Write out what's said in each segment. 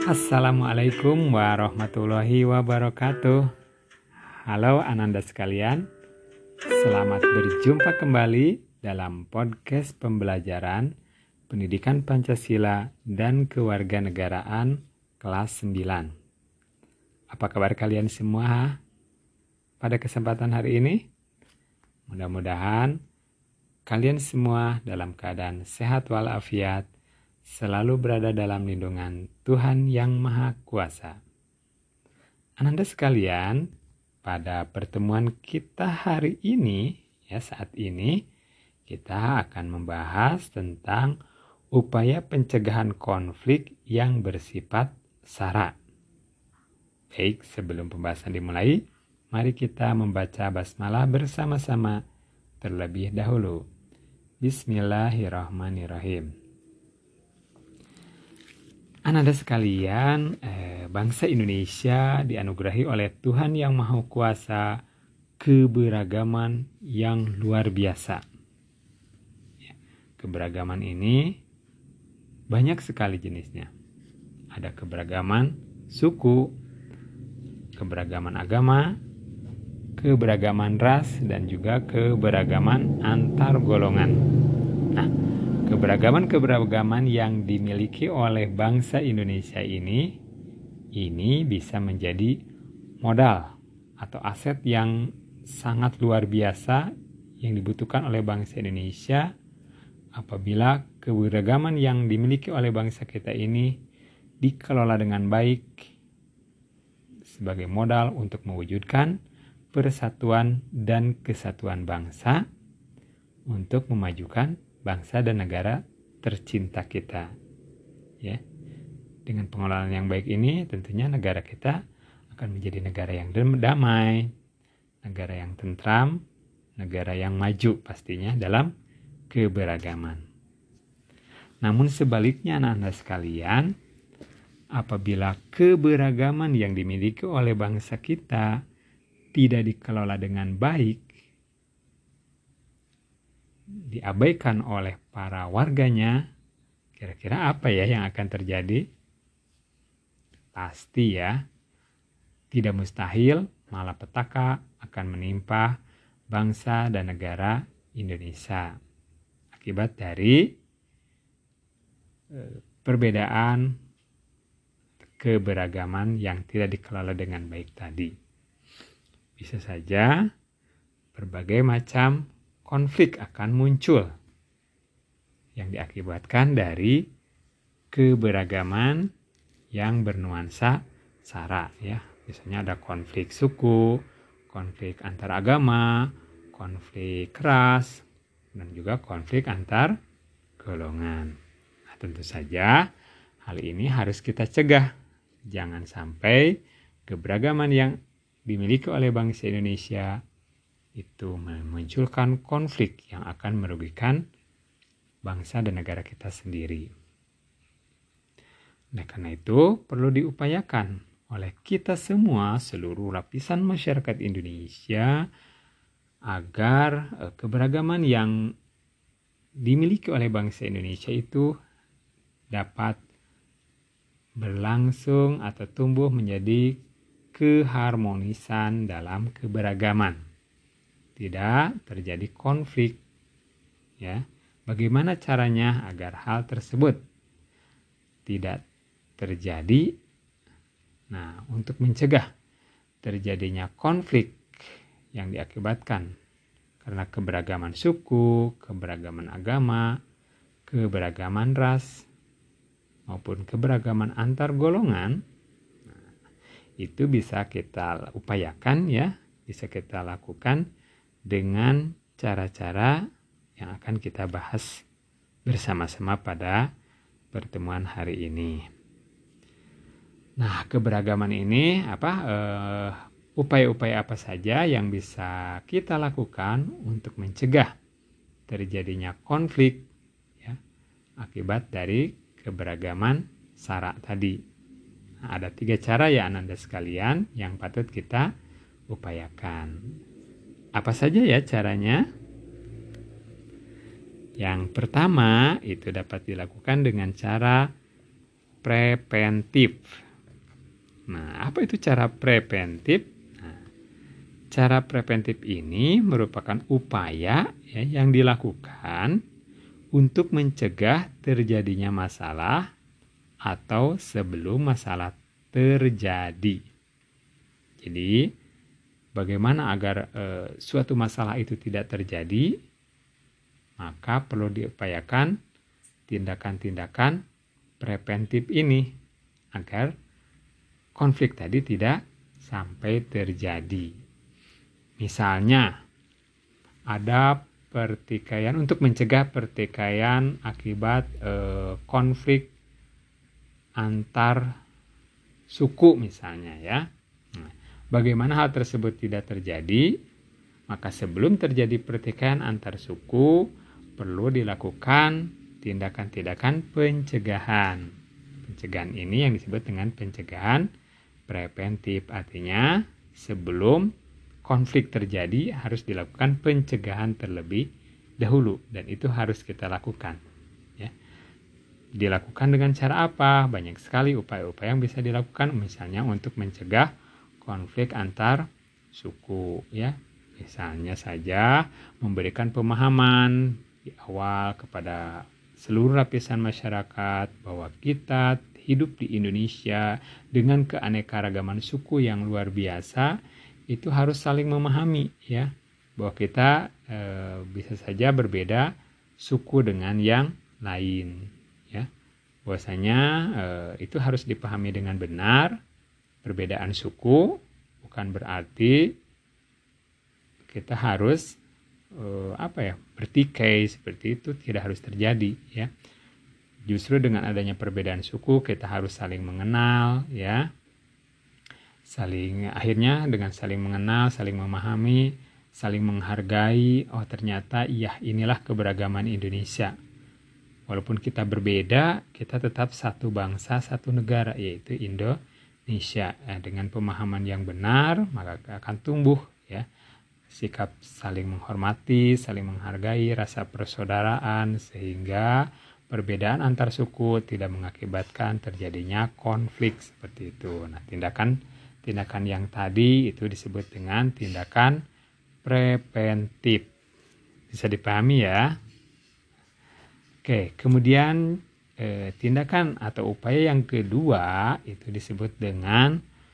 Assalamualaikum warahmatullahi wabarakatuh. Halo Ananda sekalian, selamat berjumpa kembali dalam podcast pembelajaran Pendidikan Pancasila dan Kewarganegaraan kelas 9. Apa kabar kalian semua pada kesempatan hari ini? Mudah-mudahan kalian semua dalam keadaan sehat walafiat, selalu berada dalam lindungan Tuhan Yang Maha Kuasa. Ananda sekalian, pada pertemuan kita hari ini, saat ini, kita akan membahas tentang upaya pencegahan konflik yang bersifat SARA. Baik, sebelum pembahasan dimulai, mari kita membaca basmalah bersama-sama terlebih dahulu. Bismillahirrahmanirrahim. Ananda sekalian, bangsa Indonesia dianugerahi oleh Tuhan Yang Maha Kuasa keberagaman yang luar biasa. Keberagaman ini banyak sekali jenisnya. Ada keberagaman suku, keberagaman agama, keberagaman ras, dan juga keberagaman antar golongan. Nah, keberagaman yang dimiliki oleh bangsa Indonesia ini bisa menjadi modal atau aset yang sangat luar biasa yang dibutuhkan oleh bangsa Indonesia apabila keberagaman yang dimiliki oleh bangsa kita ini dikelola dengan baik sebagai modal untuk mewujudkan persatuan dan kesatuan bangsa untuk memajukan bangsa dan negara tercinta kita. Ya. Dengan pengelolaan yang baik ini tentunya negara kita akan menjadi negara yang damai, negara yang tentram, negara yang maju pastinya dalam keberagaman. Namun sebaliknya anak-anak sekalian, apabila keberagaman yang dimiliki oleh bangsa kita tidak dikelola dengan baik, diabaikan oleh para warganya, kira-kira apa ya yang akan terjadi? Pasti ya, tidak mustahil malapetaka akan menimpa bangsa dan negara Indonesia akibat dari perbedaan keberagaman yang tidak dikelola dengan baik tadi. Bisa saja berbagai macam konflik akan muncul yang diakibatkan dari keberagaman yang bernuansa SARA ya. Biasanya ada konflik suku, konflik antar agama, konflik ras, dan juga konflik antar golongan. Nah, tentu saja hal ini harus kita cegah. Jangan sampai keberagaman yang dimiliki oleh bangsa Indonesia itu memunculkan konflik yang akan merugikan bangsa dan negara kita sendiri. Nah, karena itu perlu diupayakan oleh kita semua, seluruh lapisan masyarakat Indonesia, agar keberagaman yang dimiliki oleh bangsa Indonesia itu dapat berlangsung atau tumbuh menjadi keharmonisan dalam keberagaman. Tidak terjadi konflik. Ya. Bagaimana caranya agar hal tersebut tidak terjadi? Nah, untuk mencegah terjadinya konflik yang diakibatkan karena keberagaman suku, keberagaman agama, keberagaman ras, maupun keberagaman antar golongan, itu bisa kita upayakan ya, bisa kita lakukan dengan cara-cara yang akan kita bahas bersama-sama pada pertemuan hari ini. Nah, keberagaman ini upaya-upaya apa saja yang bisa kita lakukan untuk mencegah terjadinya konflik ya, akibat dari keberagaman SARA tadi. Nah, ada 3 cara ya Ananda sekalian yang patut kita upayakan. Apa saja ya caranya? Yang pertama itu dapat dilakukan dengan cara preventif. Nah, apa itu cara preventif? Nah, cara preventif ini merupakan upaya ya, yang dilakukan untuk mencegah terjadinya masalah atau sebelum masalah terjadi. Jadi, bagaimana agar suatu masalah itu tidak terjadi? Maka perlu diupayakan tindakan-tindakan preventif ini agar konflik tadi tidak sampai terjadi. Misalnya, ada pertikaian untuk mencegah pertikaian akibat konflik antar suku misalnya ya. Nah, bagaimana hal tersebut tidak terjadi? Maka sebelum terjadi pertikaian antar suku, perlu dilakukan tindakan-tindakan pencegahan. Pencegahan ini yang disebut dengan pencegahan preventif. Artinya sebelum konflik terjadi harus dilakukan pencegahan terlebih dahulu. Dan itu harus kita lakukan. Ya. Dilakukan dengan cara apa? Banyak sekali upaya-upaya yang bisa dilakukan. Misalnya untuk mencegah konflik antar suku. Ya. Misalnya saja memberikan pemahaman di awal kepada seluruh lapisan masyarakat bahwa kita hidup di Indonesia dengan keanekaragaman suku yang luar biasa, itu harus saling memahami ya, bahwa kita bisa saja berbeda suku dengan yang lain ya. Bahwasanya itu harus dipahami dengan benar. Perbedaan suku bukan berarti kita harus bertikai seperti itu, tidak harus terjadi ya. Justru dengan adanya perbedaan suku kita harus saling mengenal ya. Akhirnya dengan saling mengenal, saling memahami, saling menghargai, oh ternyata iya inilah keberagaman Indonesia. Walaupun kita berbeda, kita tetap satu bangsa, satu negara, yaitu Indonesia. Dengan pemahaman yang benar, maka akan tumbuh ya sikap saling menghormati, saling menghargai, rasa persaudaraan, sehingga perbedaan antar suku tidak mengakibatkan terjadinya konflik seperti itu. Nah, tindakan yang tadi itu disebut dengan tindakan preventif. Bisa dipahami ya? Oke, kemudian tindakan atau upaya yang kedua itu disebut dengan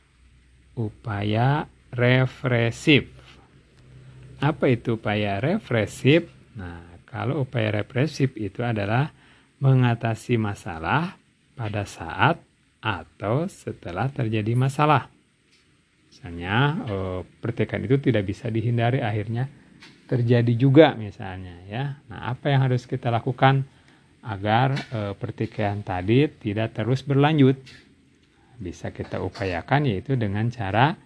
upaya represif. Apa itu upaya represif? Nah, kalau upaya represif itu adalah mengatasi masalah pada saat atau setelah terjadi masalah. Misalnya pertikaian itu tidak bisa dihindari, akhirnya terjadi juga misalnya ya. Nah, apa yang harus kita lakukan agar pertikaian tadi tidak terus berlanjut? Bisa kita upayakan yaitu dengan cara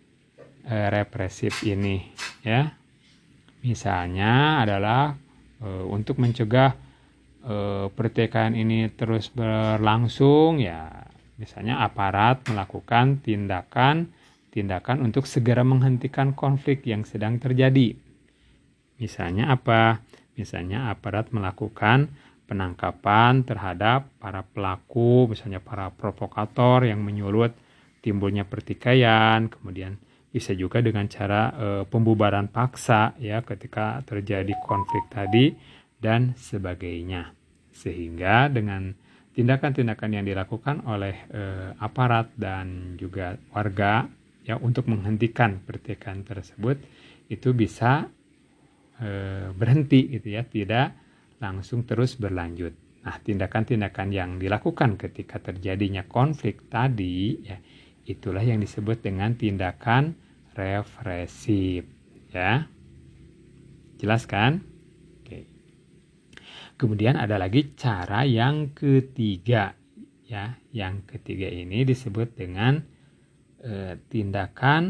represif ini ya. Misalnya adalah untuk mencegah pertikaian ini terus berlangsung ya, misalnya aparat melakukan tindakan untuk segera menghentikan konflik yang sedang terjadi. Misalnya apa? Misalnya aparat melakukan penangkapan terhadap para pelaku, misalnya para provokator yang menyulut timbulnya pertikaian, kemudian bisa juga dengan cara pembubaran paksa ya ketika terjadi konflik tadi dan sebagainya. Sehingga dengan tindakan-tindakan yang dilakukan oleh aparat dan juga warga ya untuk menghentikan pertikaian tersebut itu bisa berhenti gitu ya, tidak langsung terus berlanjut. Nah, tindakan-tindakan yang dilakukan ketika terjadinya konflik tadi ya, itulah yang disebut dengan tindakan represif ya. Jelas kan? Oke. Kemudian ada lagi cara yang ketiga ya. Yang ketiga ini disebut dengan tindakan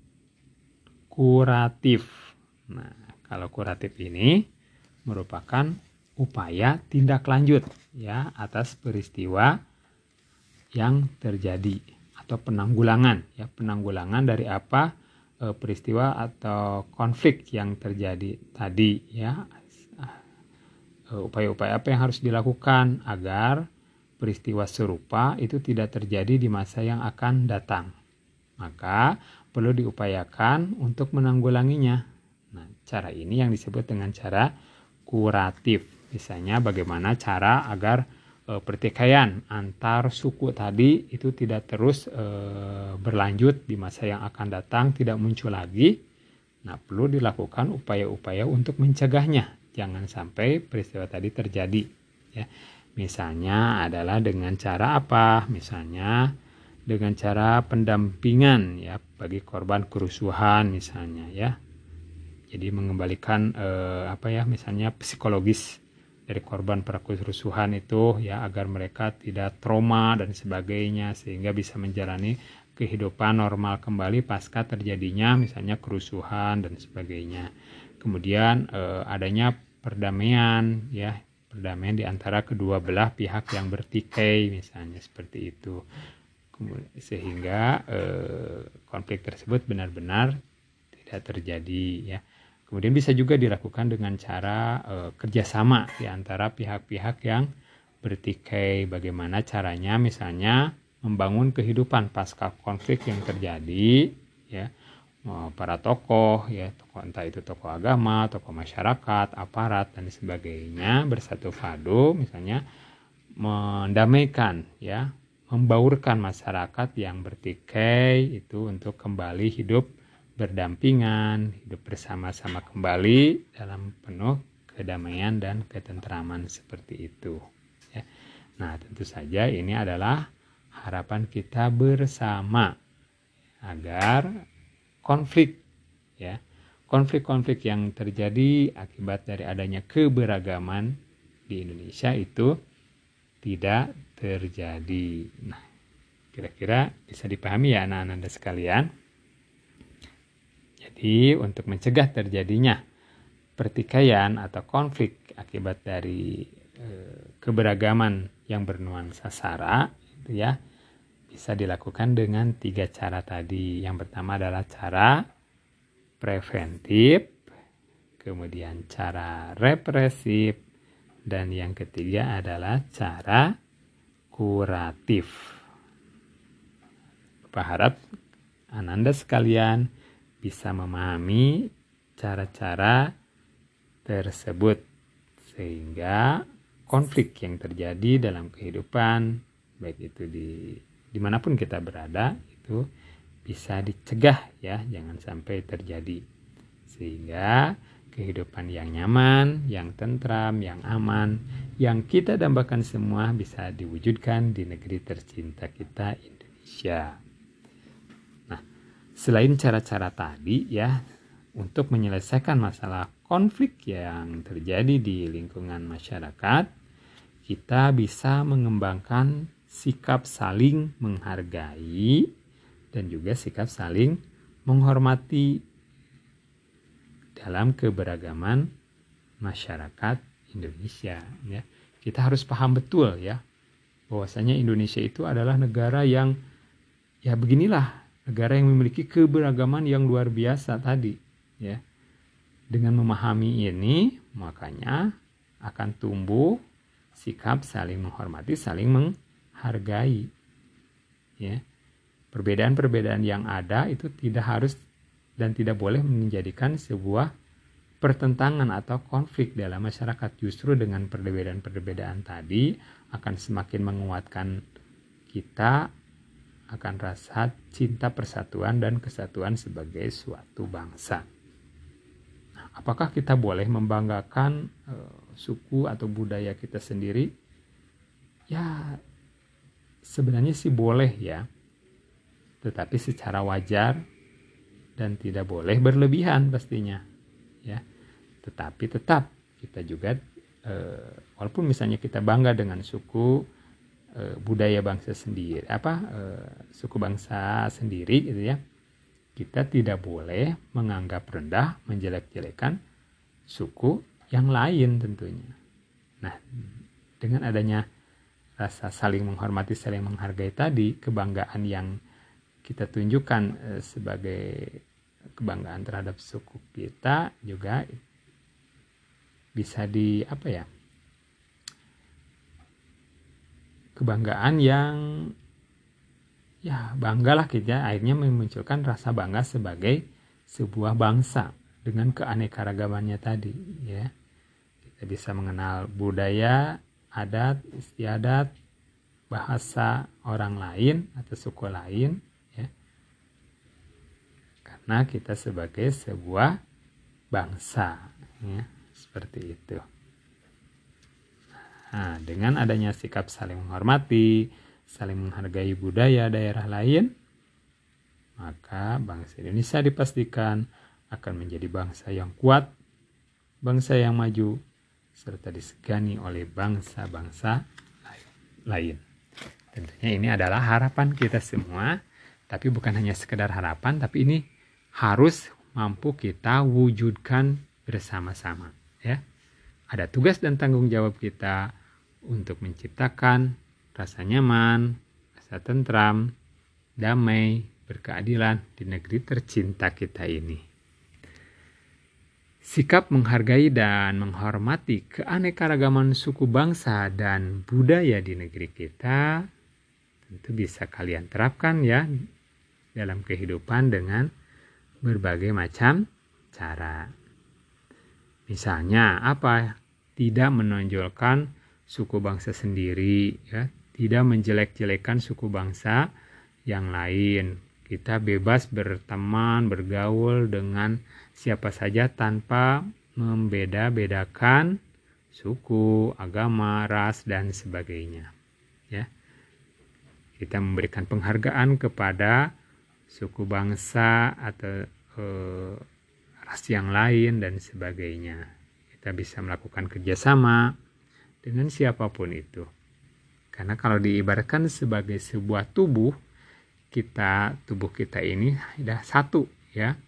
kuratif. Nah, kalau kuratif ini merupakan upaya tindak lanjut ya atas peristiwa yang terjadi atau penanggulangan ya, penanggulangan dari apa peristiwa atau konflik yang terjadi tadi ya. Upaya-upaya apa yang harus dilakukan agar peristiwa serupa itu tidak terjadi di masa yang akan datang. Maka perlu diupayakan untuk menanggulanginya. Nah, cara ini yang disebut dengan cara kuratif. Misalnya bagaimana cara agar pertikaian antar suku tadi itu tidak terus berlanjut di masa yang akan datang, tidak muncul lagi. Nah, perlu dilakukan upaya-upaya untuk mencegahnya. Jangan sampai peristiwa tadi terjadi. Ya. Misalnya adalah dengan cara apa? Misalnya dengan cara pendampingan ya bagi korban kerusuhan misalnya ya. Jadi mengembalikan misalnya psikologis dari korban kerusuhan itu ya agar mereka tidak trauma dan sebagainya sehingga bisa menjalani kehidupan normal kembali pasca terjadinya misalnya kerusuhan dan sebagainya. Kemudian adanya perdamaian ya, perdamaian di antara kedua belah pihak yang bertikai misalnya seperti itu. Sehingga konflik tersebut benar-benar tidak terjadi ya. Kemudian bisa juga dilakukan dengan cara kerjasama di antara pihak-pihak yang bertikai. Bagaimana caranya misalnya membangun kehidupan pasca konflik yang terjadi ya. Para tokoh ya, entah itu tokoh agama, tokoh masyarakat, aparat dan sebagainya bersatu padu misalnya mendamaikan ya, membaurkan masyarakat yang bertikai itu untuk kembali hidup berdampingan, hidup bersama-sama kembali dalam penuh kedamaian dan ketentraman seperti itu ya. Nah, tentu saja ini adalah harapan kita bersama agar konflik yang terjadi akibat dari adanya keberagaman di Indonesia itu tidak terjadi. Nah, kira-kira bisa dipahami ya anak-anak sekalian. Jadi untuk mencegah terjadinya pertikaian atau konflik akibat dari keberagaman yang bernuansa sara itu ya bisa dilakukan dengan 3 cara tadi. Yang pertama adalah cara preventif, kemudian cara represif, dan yang ketiga adalah cara kuratif. Bapak harap Ananda sekalian bisa memahami cara-cara tersebut sehingga konflik yang terjadi dalam kehidupan baik itu dimanapun kita berada itu bisa dicegah ya, jangan sampai terjadi sehingga kehidupan yang nyaman, yang tentram, yang aman, yang kita dambakan semua bisa diwujudkan di negeri tercinta kita Indonesia. Nah, selain cara-cara tadi ya untuk menyelesaikan masalah konflik yang terjadi di lingkungan masyarakat, kita bisa mengembangkan sikap saling menghargai dan juga sikap saling menghormati dalam keberagaman masyarakat Indonesia ya. Kita harus paham betul ya bahwasanya Indonesia itu adalah negara yang ya beginilah, negara yang memiliki keberagaman yang luar biasa tadi ya. Dengan memahami ini makanya akan tumbuh sikap saling menghormati, saling menghargai ya. Perbedaan-perbedaan yang ada itu tidak harus dan tidak boleh menjadikan sebuah pertentangan atau konflik dalam masyarakat. Justru dengan perbedaan-perbedaan tadi akan semakin menguatkan kita akan rasa cinta persatuan dan kesatuan sebagai suatu bangsa. Nah, apakah kita boleh membanggakan suku atau budaya kita sendiri? Ya, sebenarnya sih boleh ya. Tetapi secara wajar dan tidak boleh berlebihan pastinya ya. Tetapi tetap kita juga walaupun misalnya kita bangga dengan suku budaya bangsa sendiri suku bangsa sendiri gitu ya, kita tidak boleh menganggap rendah, menjelek-jelekan suku yang lain tentunya. Nah, dengan adanya rasa saling menghormati, saling menghargai tadi, kebanggaan yang kita tunjukkan sebagai kebanggaan terhadap suku kita juga bisa kebanggaan yang ya banggalah kita akhirnya memunculkan rasa bangga sebagai sebuah bangsa dengan keanekaragamannya tadi ya. Kita bisa mengenal budaya, adat, istiadat, bahasa orang lain atau suku lain ya. Karena kita sebagai sebuah bangsa ya, seperti itu. Nah, dengan adanya sikap saling menghormati, saling menghargai budaya daerah lain, maka bangsa Indonesia dipastikan akan menjadi bangsa yang kuat, bangsa yang maju, serta disegani oleh bangsa-bangsa lain. Tentunya ini adalah harapan kita semua, tapi bukan hanya sekedar harapan, tapi ini harus mampu kita wujudkan bersama-sama ya. Ada tugas dan tanggung jawab kita untuk menciptakan rasa nyaman, rasa tentram, damai, berkeadilan di negeri tercinta kita ini. Sikap menghargai dan menghormati keanekaragaman suku bangsa dan budaya di negeri kita tentu bisa kalian terapkan ya dalam kehidupan dengan berbagai macam cara. Misalnya apa? Tidak menonjolkan suku bangsa sendiri ya, tidak menjelek-jelekan suku bangsa yang lain. Kita bebas berteman, bergaul dengan siapa saja tanpa membeda-bedakan suku, agama, ras dan sebagainya. Ya. Kita memberikan penghargaan kepada suku bangsa atau ras yang lain dan sebagainya. Kita bisa melakukan kerjasama dengan siapapun itu. Karena kalau diibaratkan sebagai sebuah tubuh kita ini sudah satu ya.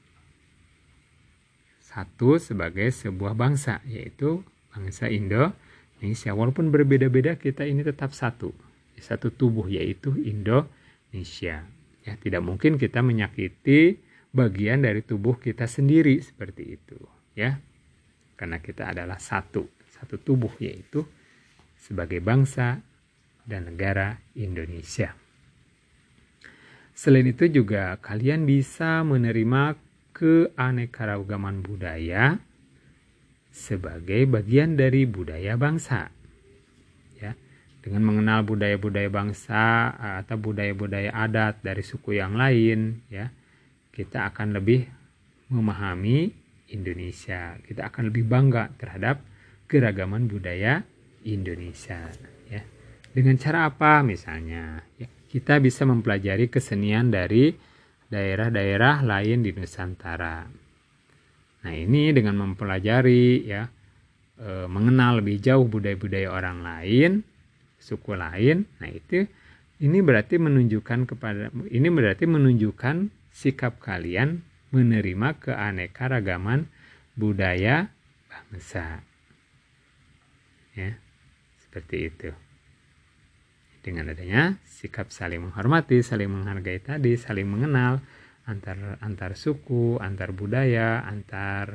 Satu sebagai sebuah bangsa, yaitu bangsa Indonesia. Walaupun berbeda-beda, kita ini tetap satu. Satu tubuh, yaitu Indonesia. Ya, tidak mungkin kita menyakiti bagian dari tubuh kita sendiri seperti itu ya, karena kita adalah satu tubuh, yaitu sebagai bangsa dan negara Indonesia. Selain itu juga kalian bisa menerima keanekaragaman budaya sebagai bagian dari budaya bangsa ya. Dengan mengenal budaya-budaya bangsa atau budaya-budaya adat dari suku yang lain ya, kita akan lebih memahami Indonesia. Kita akan lebih bangga terhadap keragaman budaya Indonesia. Ya. Dengan cara apa misalnya? Ya, kita bisa mempelajari kesenian dari daerah-daerah lain di Nusantara. Nah ini dengan mempelajari ya, mengenal lebih jauh budaya-budaya orang lain, suku lain. Nah ini berarti menunjukkan sikap kalian menerima keanekaragaman budaya bangsa. Ya, seperti itu. Dengan adanya sikap saling menghormati, saling menghargai tadi, saling mengenal antar suku, antar budaya, antar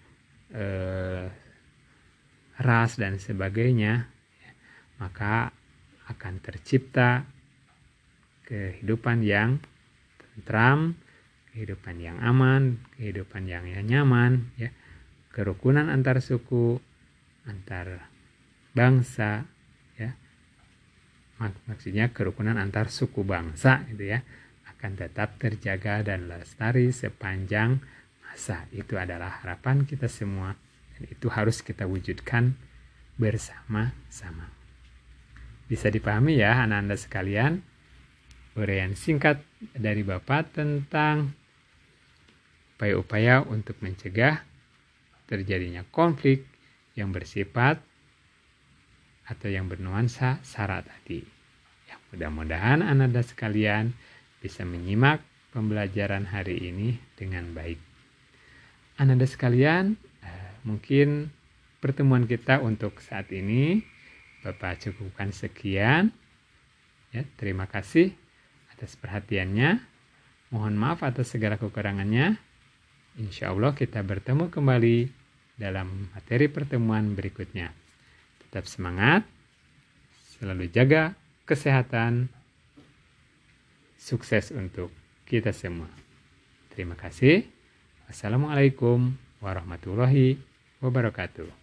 ras dan sebagainya, ya, maka akan tercipta kehidupan yang tentram, kehidupan yang aman, kehidupan yang nyaman, ya, kerukunan antar suku, antar bangsa, ya, maksudnya kerukunan antar suku bangsa, gitu ya, akan tetap terjaga dan lestari sepanjang masa. Itu adalah harapan kita semua, dan itu harus kita wujudkan bersama-sama. Bisa dipahami ya anak-anak sekalian, uraian singkat dari Bapak tentang upaya-upaya untuk mencegah terjadinya konflik yang bersifat atau yang bernuansa sara tadi. Ya, mudah-mudahan anak-anak sekalian bisa menyimak pembelajaran hari ini dengan baik. Anak-anak sekalian, mungkin pertemuan kita untuk saat ini Bapak cukupkan sekian. Ya, terima kasih atas perhatiannya. Mohon maaf atas segala kekurangannya. Insya Allah kita bertemu kembali dalam materi pertemuan berikutnya. Tetap semangat, selalu jaga kesehatan, sukses untuk kita semua. Terima kasih. Assalamualaikum warahmatullahi wabarakatuh.